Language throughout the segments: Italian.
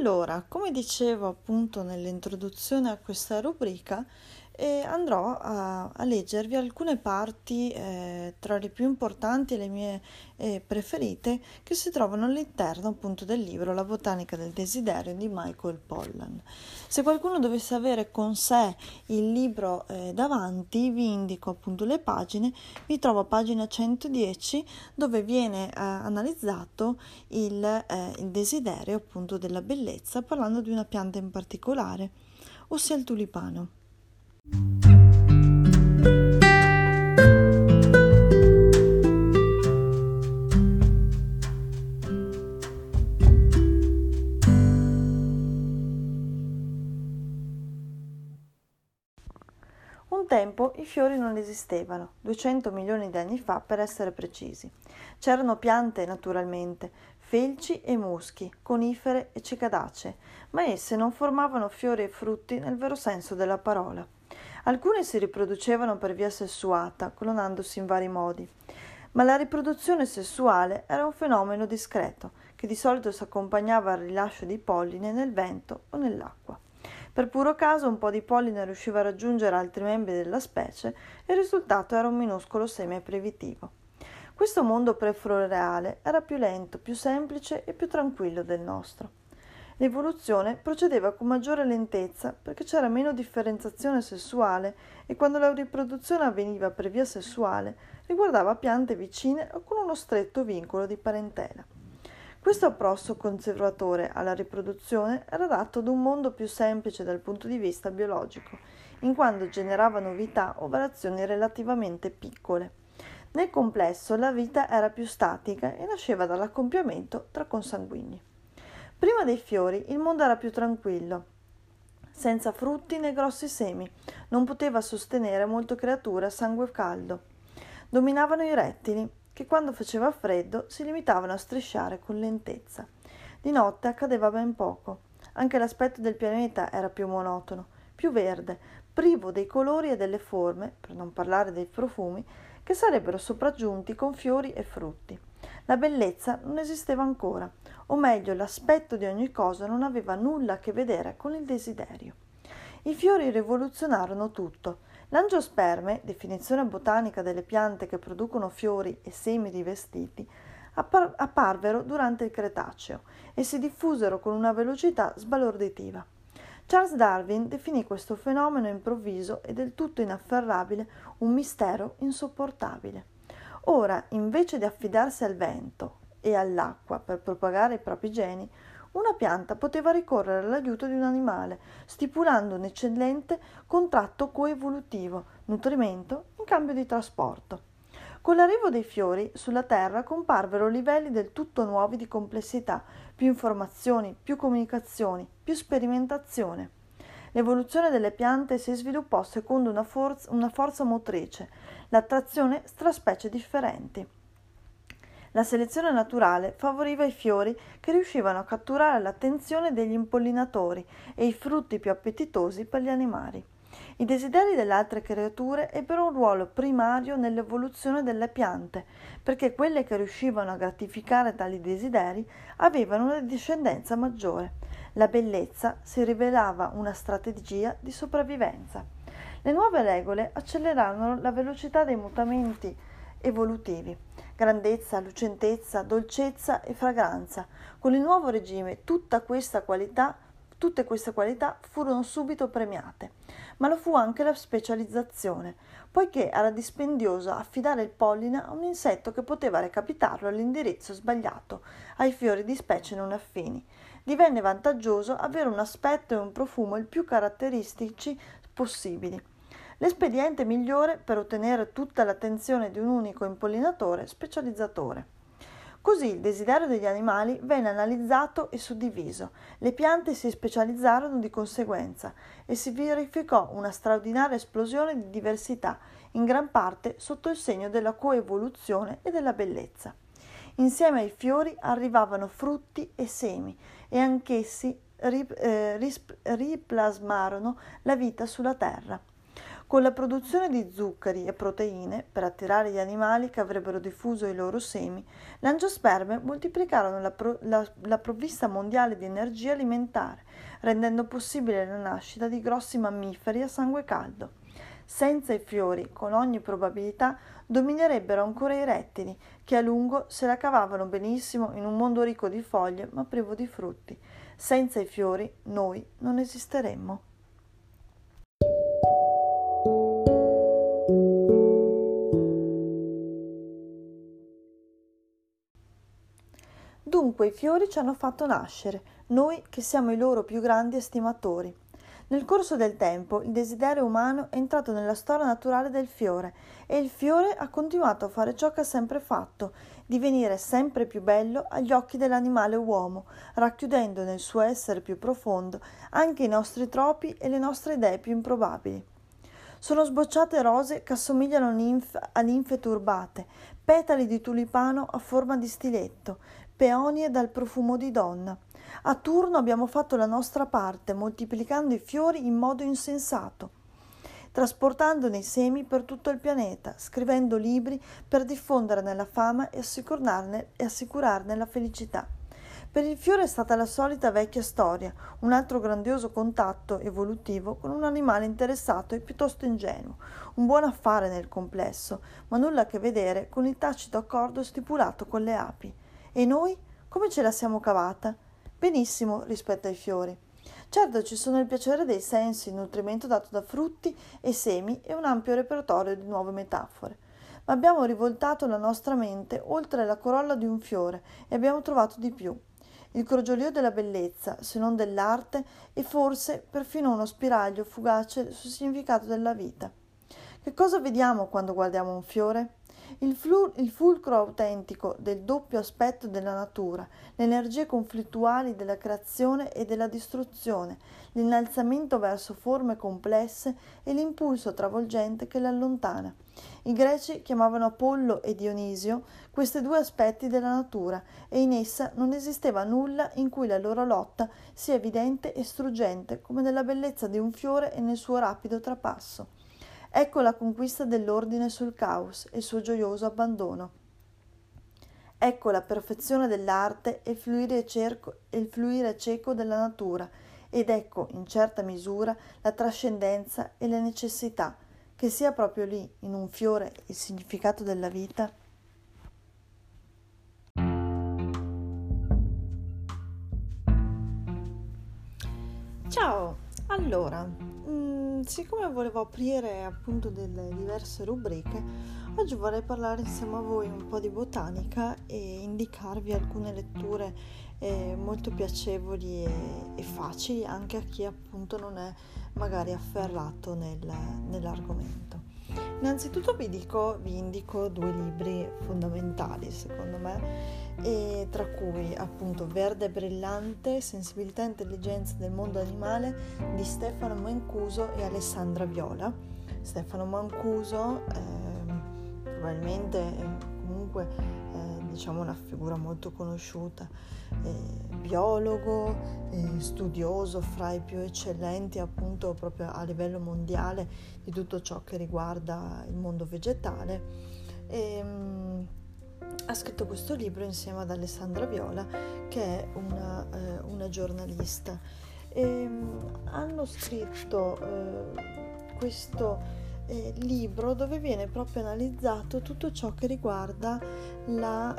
Allora, come dicevo appunto nell'introduzione a questa rubrica, andrò a leggervi alcune parti tra le più importanti e le mie preferite che si trovano all'interno appunto del libro La botanica del desiderio di Michael Pollan. Se qualcuno dovesse avere con sé il libro davanti, vi indico appunto le pagine, vi trovo a pagina 110 dove viene analizzato il desiderio appunto della bellezza, parlando di una pianta in particolare, ossia il tulipano. Un tempo i fiori non esistevano, 200 milioni di anni fa per essere precisi. C'erano piante naturalmente, felci e muschi, conifere e cicadacee, ma esse non formavano fiori e frutti nel vero senso della parola. Alcune si riproducevano per via sessuata, clonandosi in vari modi, ma la riproduzione sessuale era un fenomeno discreto, che di solito si accompagnava al rilascio di polline nel vento o nell'acqua. Per puro caso un po' di polline riusciva a raggiungere altri membri della specie e il risultato era un minuscolo seme primitivo. Questo mondo prefloreale era più lento, più semplice e più tranquillo del nostro. L'evoluzione procedeva con maggiore lentezza perché c'era meno differenziazione sessuale e quando la riproduzione avveniva per via sessuale riguardava piante vicine o con uno stretto vincolo di parentela. Questo approccio conservatore alla riproduzione era dato ad un mondo più semplice dal punto di vista biologico, in quanto generava novità o variazioni relativamente piccole. Nel complesso la vita era più statica e nasceva dall'accoppiamento tra consanguigni. Prima dei fiori il mondo era più tranquillo, senza frutti né grossi semi, non poteva sostenere molte creature a sangue caldo. Dominavano i rettili, che quando faceva freddo si limitavano a strisciare con lentezza. Di notte accadeva ben poco. Anche l'aspetto del pianeta era più monotono, più verde, privo dei colori e delle forme, per non parlare dei profumi, che sarebbero sopraggiunti con fiori e frutti. La bellezza non esisteva ancora, o meglio l'aspetto di ogni cosa non aveva nulla a che vedere con il desiderio. I fiori rivoluzionarono tutto. L'angiosperme, definizione botanica delle piante che producono fiori e semi rivestiti, apparvero durante il Cretaceo e si diffusero con una velocità sbalorditiva. Charles Darwin definì questo fenomeno improvviso e del tutto inafferrabile un mistero insopportabile. Ora, invece di affidarsi al vento e all'acqua per propagare i propri geni, una pianta poteva ricorrere all'aiuto di un animale, stipulando un eccellente contratto coevolutivo, nutrimento in cambio di trasporto. Con l'arrivo dei fiori, sulla Terra comparvero livelli del tutto nuovi di complessità, più informazioni, più comunicazioni, più sperimentazione. L'evoluzione delle piante si sviluppò secondo una forza motrice, l'attrazione tra specie differenti. La selezione naturale favoriva i fiori che riuscivano a catturare l'attenzione degli impollinatori e i frutti più appetitosi per gli animali. I desideri delle altre creature ebbero un ruolo primario nell'evoluzione delle piante, perché quelle che riuscivano a gratificare tali desideri avevano una discendenza maggiore. La bellezza si rivelava una strategia di sopravvivenza. Le nuove regole accelerarono la velocità dei mutamenti evolutivi. Grandezza, lucentezza, dolcezza e fragranza. Con il nuovo regime tutte queste qualità furono subito premiate, ma lo fu anche la specializzazione, poiché era dispendioso affidare il polline a un insetto che poteva recapitarlo all'indirizzo sbagliato, ai fiori di specie non affini. Divenne vantaggioso avere un aspetto e un profumo il più caratteristici possibili. L'espediente migliore per ottenere tutta l'attenzione di un unico impollinatore specializzatore. Così il desiderio degli animali venne analizzato e suddiviso, le piante si specializzarono di conseguenza e si verificò una straordinaria esplosione di diversità, in gran parte sotto il segno della coevoluzione e della bellezza. Insieme ai fiori arrivavano frutti e semi e anch'essi riplasmarono la vita sulla terra. Con la produzione di zuccheri e proteine, per attirare gli animali che avrebbero diffuso i loro semi, le angiosperme moltiplicarono la provvista mondiale di energia alimentare, rendendo possibile la nascita di grossi mammiferi a sangue caldo. Senza i fiori, con ogni probabilità, dominerebbero ancora i rettili, che a lungo se la cavavano benissimo in un mondo ricco di foglie ma privo di frutti. Senza i fiori noi non esisteremmo. Dunque i fiori ci hanno fatto nascere, noi che siamo i loro più grandi estimatori. Nel corso del tempo il desiderio umano è entrato nella storia naturale del fiore e il fiore ha continuato a fare ciò che ha sempre fatto, divenire sempre più bello agli occhi dell'animale uomo, racchiudendo nel suo essere più profondo anche i nostri troppi e le nostre idee più improbabili. Sono sbocciate rose che assomigliano a ninfe turbate, petali di tulipano a forma di stiletto, peonie dal profumo di donna. A turno abbiamo fatto la nostra parte, moltiplicando i fiori in modo insensato, trasportandone i semi per tutto il pianeta, scrivendo libri per diffonderne la fama e assicurarne la felicità. Per il fiore è stata la solita vecchia storia, un altro grandioso contatto evolutivo con un animale interessato e piuttosto ingenuo, un buon affare nel complesso, ma nulla a che vedere con il tacito accordo stipulato con le api. E noi? Come ce la siamo cavata? Benissimo rispetto ai fiori. Certo ci sono il piacere dei sensi, il nutrimento dato da frutti e semi e un ampio repertorio di nuove metafore. Ma abbiamo rivoltato la nostra mente oltre la corolla di un fiore e abbiamo trovato di più. Il crogiolio della bellezza, se non dell'arte, e forse perfino uno spiraglio fugace sul significato della vita. Che cosa vediamo quando guardiamo un fiore? Il fulcro autentico del doppio aspetto della natura, le energie conflittuali della creazione e della distruzione, l'innalzamento verso forme complesse e l'impulso travolgente che le allontana. I greci chiamavano Apollo e Dionisio questi due aspetti della natura e in essa non esisteva nulla in cui la loro lotta sia evidente e struggente come nella bellezza di un fiore e nel suo rapido trapasso. Ecco la conquista dell'ordine sul caos e il suo gioioso abbandono. Ecco la perfezione dell'arte e il fluire cieco della natura, ed ecco, in certa misura, la trascendenza e la necessità, che sia proprio lì, in un fiore, il significato della vita. Ciao, allora, siccome volevo aprire appunto delle diverse rubriche, oggi vorrei parlare insieme a voi un po' di botanica e indicarvi alcune letture molto piacevoli e facili anche a chi appunto non è magari afferrato nell'argomento. Innanzitutto vi indico due libri fondamentali secondo me, e tra cui appunto Verde Brillante, Sensibilità e Intelligenza del mondo animale di Stefano Mancuso e Alessandra Viola. Stefano Mancuso probabilmente comunque diciamo una figura molto conosciuta, biologo, studioso fra i più eccellenti appunto proprio a livello mondiale di tutto ciò che riguarda il mondo vegetale. Ha scritto questo libro insieme ad Alessandra Viola, che è una giornalista. Hanno scritto questo libro dove viene proprio analizzato tutto ciò che riguarda la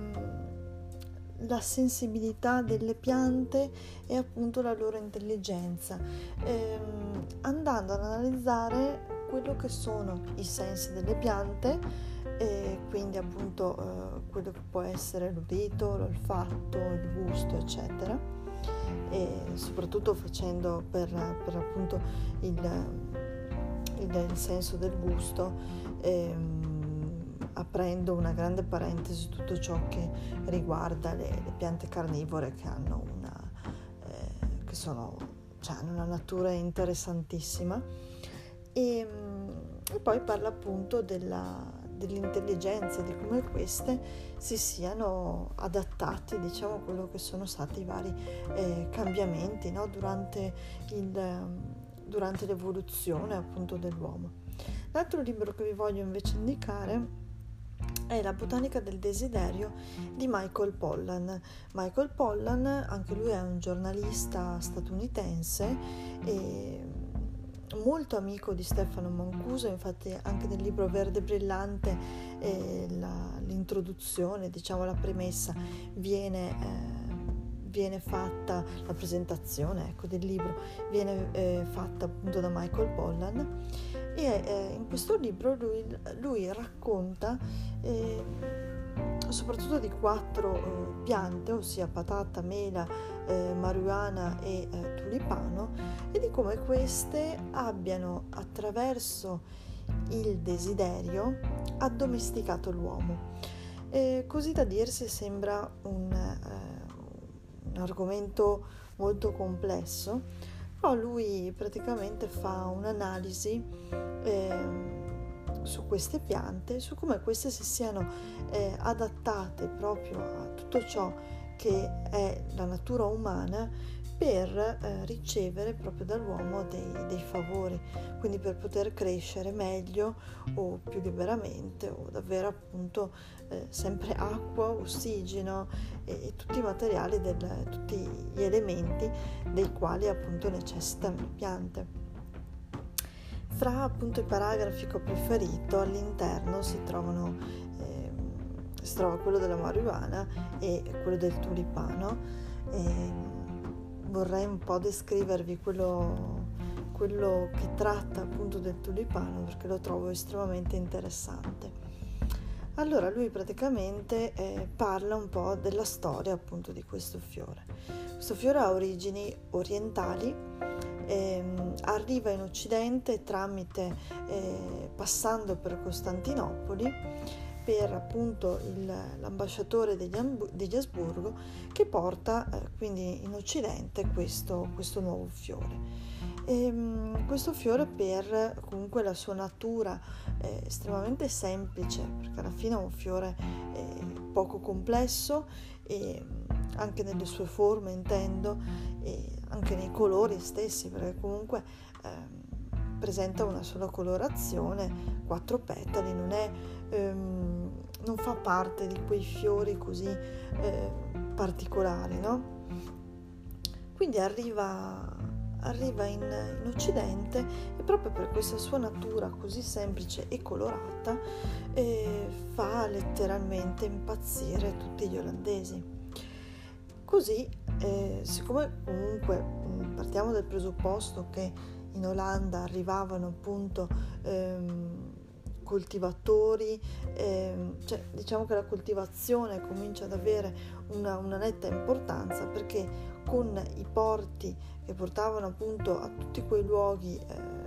sensibilità delle piante e appunto la loro intelligenza, andando ad analizzare quello che sono i sensi delle piante, quindi appunto quello che può essere l'udito, l'olfatto, il gusto eccetera, e soprattutto facendo per appunto il senso del gusto, aprendo una grande parentesi su tutto ciò che riguarda le piante carnivore che hanno hanno una natura interessantissima, e poi parla appunto dell'intelligenza, di come queste si siano adattati diciamo a quello che sono stati i vari cambiamenti, no? durante durante l'evoluzione appunto dell'uomo. L'altro libro che vi voglio invece indicare è La botanica del desiderio di Michael Pollan. Michael Pollan, anche lui è un giornalista statunitense e molto amico di Stefano Mancuso, infatti anche nel libro Verde Brillante l'introduzione, diciamo la premessa, viene fatta, la presentazione del libro viene fatta appunto da Michael Pollan, e in questo libro lui racconta soprattutto di 4 piante, ossia patata, mela, marijuana e tulipano, e di come queste abbiano, attraverso il desiderio, addomesticato l'uomo. Così da dirsi sembra un argomento molto complesso, però lui praticamente fa un'analisi su queste piante, su come queste si siano adattate proprio a tutto ciò che è la natura umana per ricevere proprio dall'uomo dei favori, quindi per poter crescere meglio o più liberamente, o davvero appunto sempre acqua, ossigeno e tutti i materiali, tutti gli elementi dei quali appunto necessitano le piante. Fra appunto i paragrafi che ho preferito, all'interno si trova quello della marijuana e quello del tulipano, e vorrei un po' descrivervi quello che tratta appunto del tulipano, perché lo trovo estremamente interessante. Allora lui praticamente parla un po' della storia appunto di questo fiore. Questo fiore ha origini orientali, arriva in Occidente passando per Costantinopoli, per appunto l'ambasciatore degli Asburgo, che porta quindi in Occidente questo nuovo fiore. Questo fiore, per comunque la sua natura estremamente semplice, perché alla fine è un fiore poco complesso, e anche nelle sue forme intendo, e anche nei colori stessi, perché comunque presenta una sola colorazione, 4 petali, non fa parte di quei fiori così particolari, no? Quindi arriva in Occidente, e proprio per questa sua natura così semplice e colorata fa letteralmente impazzire tutti gli olandesi. Così, siccome comunque partiamo dal presupposto che in Olanda arrivavano appunto coltivatori, cioè diciamo che la coltivazione comincia ad avere una netta importanza, perché con i porti che portavano appunto a tutti quei luoghi,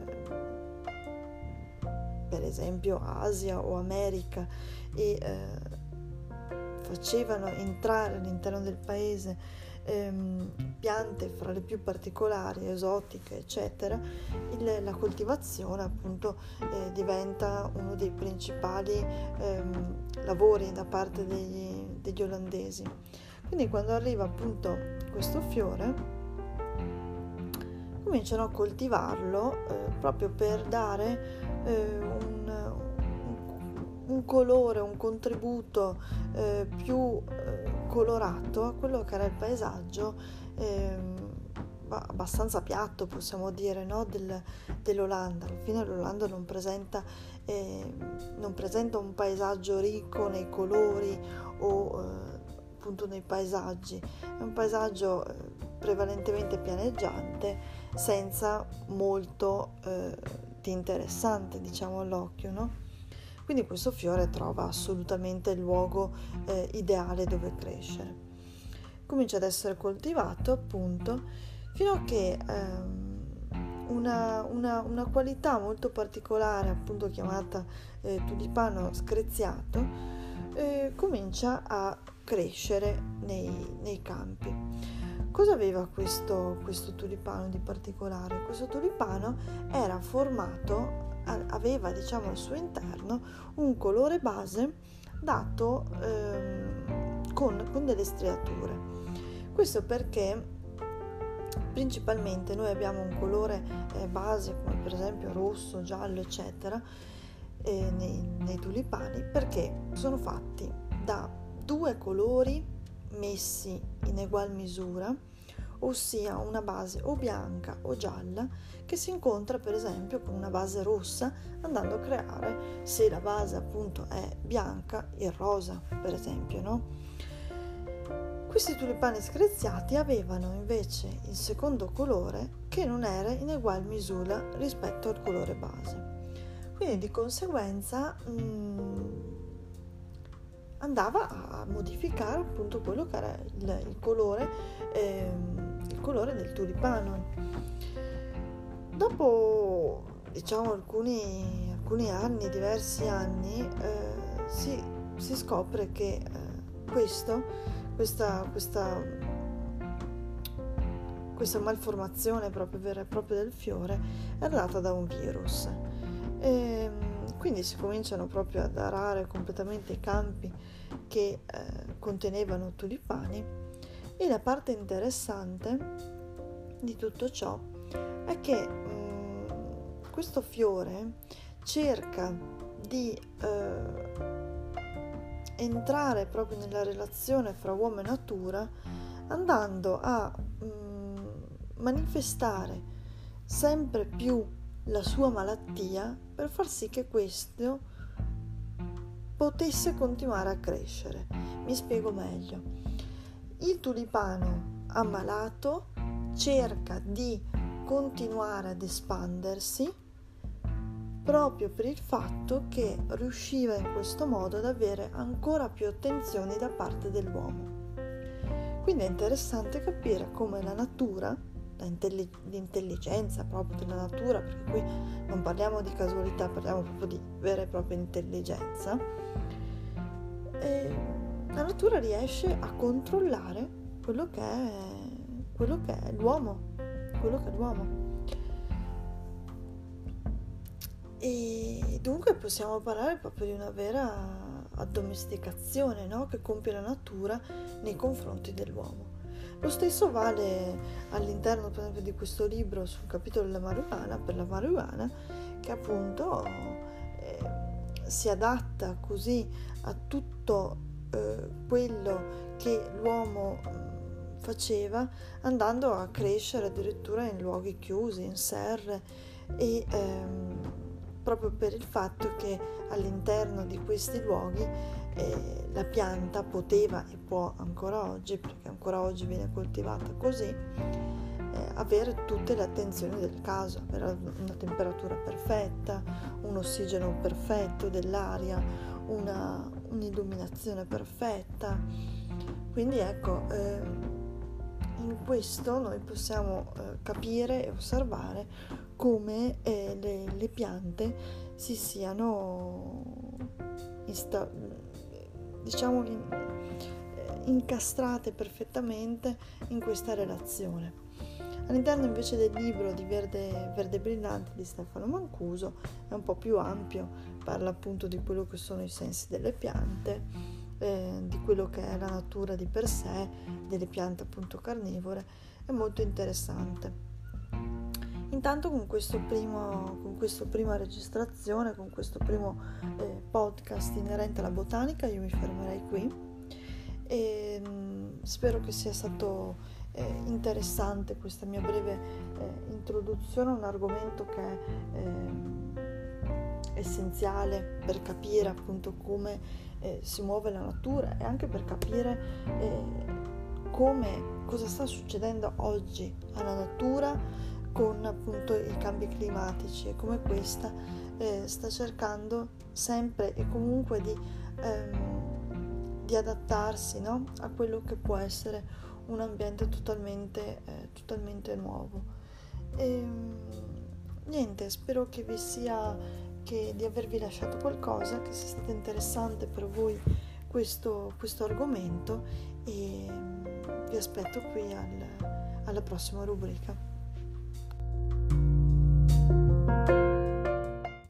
per esempio Asia o America, e facevano entrare all'interno del paese piante fra le più particolari, esotiche, eccetera, la coltivazione appunto diventa uno dei principali lavori da parte degli olandesi. Quindi quando arriva appunto questo fiore, cominciano a coltivarlo proprio per dare un colore, un contributo più colorato a quello che era il paesaggio abbastanza piatto, possiamo dire, no? dell'Olanda. Alla fine l'Olanda non presenta un paesaggio ricco nei colori o appunto nei paesaggi, è un paesaggio prevalentemente pianeggiante, senza molto di interessante, diciamo, all'occhio, no? Quindi questo fiore trova assolutamente il luogo ideale dove crescere. Comincia ad essere coltivato appunto fino a che una qualità molto particolare, appunto chiamata tulipano screziato, comincia a crescere nei campi. Cosa aveva questo tulipano di particolare? Questo tulipano era formato, aveva diciamo al suo interno un colore base dato con delle striature. Questo perché Principalmente noi abbiamo un colore base come per esempio rosso, giallo eccetera nei tulipani, perché sono fatti da due colori messi in egual misura, ossia una base o bianca o gialla che si incontra per esempio con una base rossa, andando a creare, se la base appunto è bianca, il rosa per esempio, no? Questi tulipani screziati avevano invece il secondo colore che non era in egual misura rispetto al colore base. Quindi di conseguenza andava a modificare appunto quello che era il colore del tulipano. Dopo diciamo alcuni anni, diversi anni, si scopre che questa malformazione proprio vera e propria del fiore era data da un virus. Quindi si cominciano proprio ad arare completamente i campi che contenevano tulipani, e la parte interessante di tutto ciò è che questo fiore cerca di entrare proprio nella relazione fra uomo e natura, andando a manifestare sempre più la sua malattia per far sì che questo potesse continuare a crescere. Mi spiego meglio. Il tulipano ammalato cerca di continuare ad espandersi proprio per il fatto che riusciva in questo modo ad avere ancora più attenzioni da parte dell'uomo. Quindi è interessante capire come la natura, l'intelligenza proprio della natura, perché qui non parliamo di casualità, parliamo proprio di vera e propria intelligenza, la natura riesce a controllare quello che è l'uomo. E dunque possiamo parlare proprio di una vera addomesticazione, no? Che compie la natura nei confronti dell'uomo. Lo stesso vale all'interno per esempio di questo libro sul capitolo della marijuana, per la marijuana, che appunto si adatta così a tutto quello che l'uomo faceva, andando a crescere addirittura in luoghi chiusi, in serre, e proprio per il fatto che all'interno di questi luoghi la pianta poteva e può ancora oggi, perché ancora oggi viene coltivata così, avere tutte le attenzioni del caso, avere una temperatura perfetta, un ossigeno perfetto dell'aria, un'illuminazione perfetta. Quindi ecco, in questo noi possiamo capire e osservare come le piante si siano incastrate perfettamente in questa relazione. All'interno invece del libro di Verde Brillante di Stefano Mancuso è un po' più ampio, parla appunto di quello che sono i sensi delle piante, di quello che è la natura di per sé delle piante appunto carnivore. È molto interessante. Intanto con questa prima registrazione, con questo primo podcast inerente alla botanica, io mi fermerei qui e spero che sia stato interessante questa mia breve introduzione a un argomento che è essenziale per capire appunto come si muove la natura, e anche per capire cosa sta succedendo oggi alla natura con appunto i cambi climatici, e come questa sta cercando sempre e comunque di adattarsi, no? A quello che può essere un ambiente totalmente nuovo. Niente, spero che di avervi lasciato qualcosa, che sia stato interessante per voi questo argomento, e vi aspetto qui alla prossima rubrica.